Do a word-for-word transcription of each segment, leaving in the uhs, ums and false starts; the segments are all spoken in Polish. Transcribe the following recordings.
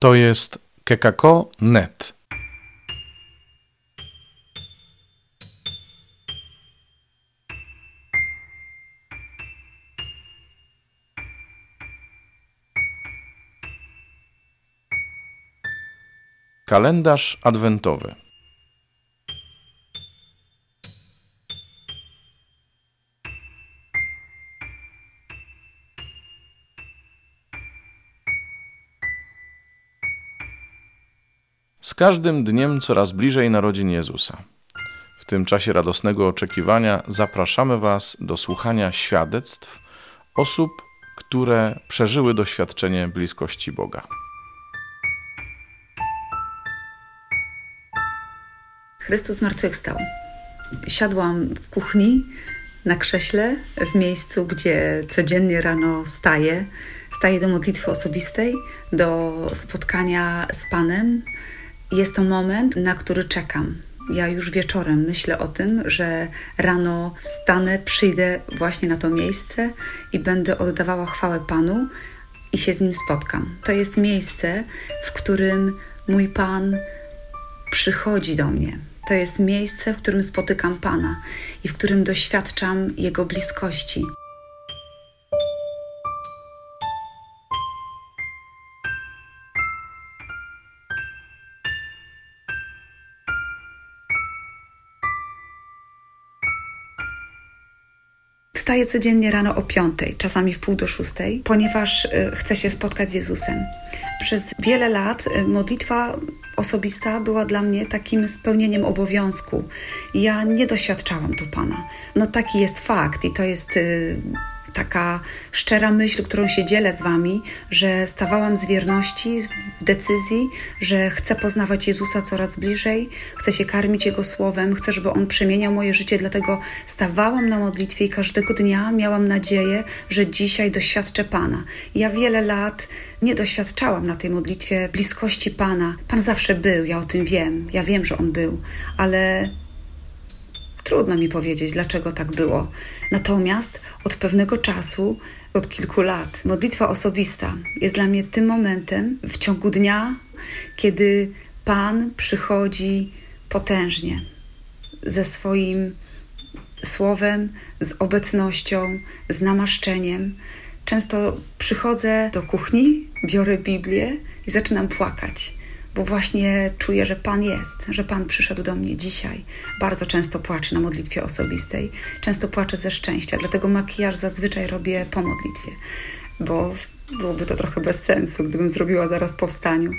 To jest kekako kropka net. Kalendarz adwentowy. Z każdym dniem coraz bliżej narodzin Jezusa. W tym czasie radosnego oczekiwania zapraszamy Was do słuchania świadectw osób, które przeżyły doświadczenie bliskości Boga. Chrystus zmartwychwstał. Siadłam w kuchni na krześle w miejscu, gdzie codziennie rano staję. Staję do modlitwy osobistej, do spotkania z Panem. Jest to moment, na który czekam. Ja już wieczorem myślę o tym, że rano wstanę, przyjdę właśnie na to miejsce i będę oddawała chwałę Panu i się z Nim spotkam. To jest miejsce, w którym mój Pan przychodzi do mnie. To jest miejsce, w którym spotykam Pana i w którym doświadczam Jego bliskości. Wstaję codziennie rano o piątej, czasami w pół do szóstej, ponieważ chcę się spotkać z Jezusem. Przez wiele lat modlitwa osobista była dla mnie takim spełnieniem obowiązku. Ja nie doświadczałam tu Pana. No taki jest fakt i to jest y, taka szczera myśl, którą się dzielę z Wami, że stawałam z wierności, w decyzji, że chcę poznawać Jezusa coraz bliżej, chcę się karmić Jego Słowem, chcę, żeby On przemieniał moje życie, dlatego stawałam na modlitwie i każdego dnia miałam nadzieję, że dzisiaj doświadczę Pana. Ja wiele lat nie doświadczałam na tej modlitwie bliskości Pana. Pan zawsze był, ja o tym wiem, ja wiem, że On był, ale trudno mi powiedzieć, dlaczego tak było. Natomiast od pewnego czasu, od kilku lat, modlitwa osobista jest dla mnie tym momentem w ciągu dnia, kiedy Pan przychodzi potężnie ze swoim słowem, z obecnością, z namaszczeniem. Często przychodzę do kuchni, biorę Biblię i zaczynam płakać, bo właśnie czuję, że Pan jest, że Pan przyszedł do mnie dzisiaj. Bardzo często płaczę na modlitwie osobistej, często płaczę ze szczęścia, dlatego makijaż zazwyczaj robię po modlitwie, bo byłoby to trochę bez sensu, gdybym zrobiła zaraz po wstaniu.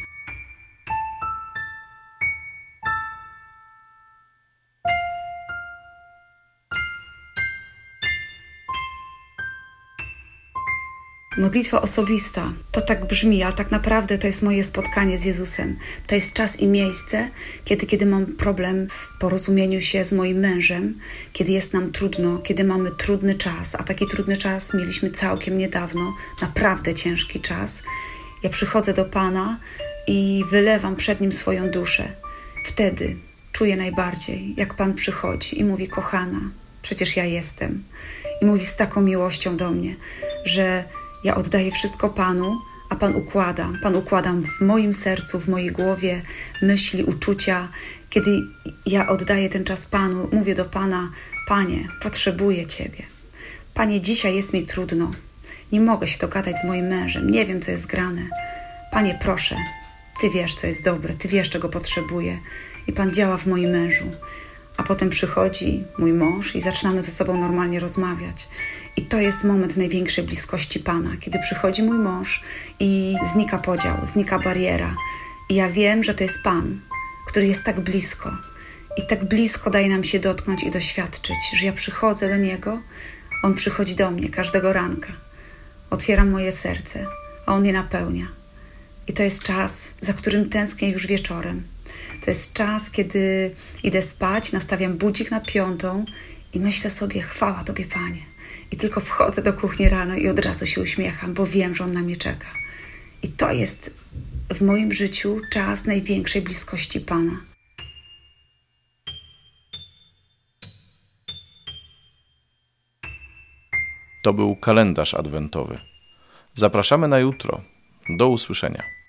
Modlitwa osobista, to tak brzmi, ale tak naprawdę to jest moje spotkanie z Jezusem. To jest czas i miejsce, kiedy, kiedy mam problem w porozumieniu się z moim mężem, kiedy jest nam trudno, kiedy mamy trudny czas, a taki trudny czas mieliśmy całkiem niedawno, naprawdę ciężki czas. Ja przychodzę do Pana i wylewam przed Nim swoją duszę. Wtedy czuję najbardziej, jak Pan przychodzi i mówi: kochana, przecież ja jestem. I mówi z taką miłością do mnie, że ja oddaję wszystko Panu, a Pan układa. Pan układa w moim sercu, w mojej głowie myśli, uczucia. Kiedy ja oddaję ten czas Panu, mówię do Pana: Panie, potrzebuję Ciebie. Panie, dzisiaj jest mi trudno. Nie mogę się dogadać z moim mężem. Nie wiem, co jest grane. Panie, proszę, Ty wiesz, co jest dobre. Ty wiesz, czego potrzebuję. I Pan działa w moim mężu. A potem przychodzi mój mąż i zaczynamy ze sobą normalnie rozmawiać. I to jest moment największej bliskości Pana, kiedy przychodzi mój mąż i znika podział, znika bariera. I ja wiem, że to jest Pan, który jest tak blisko. I tak blisko daje nam się dotknąć i doświadczyć, że ja przychodzę do Niego, On przychodzi do mnie każdego ranka. Otwieram moje serce, a On je napełnia. I to jest czas, za którym tęsknię już wieczorem. To jest czas, kiedy idę spać, nastawiam budzik na piątą i myślę sobie: chwała Tobie, Panie. I tylko wchodzę do kuchni rano i od razu się uśmiecham, bo wiem, że On na mnie czeka. I to jest w moim życiu czas największej bliskości Pana. To był kalendarz adwentowy. Zapraszamy na jutro. Do usłyszenia.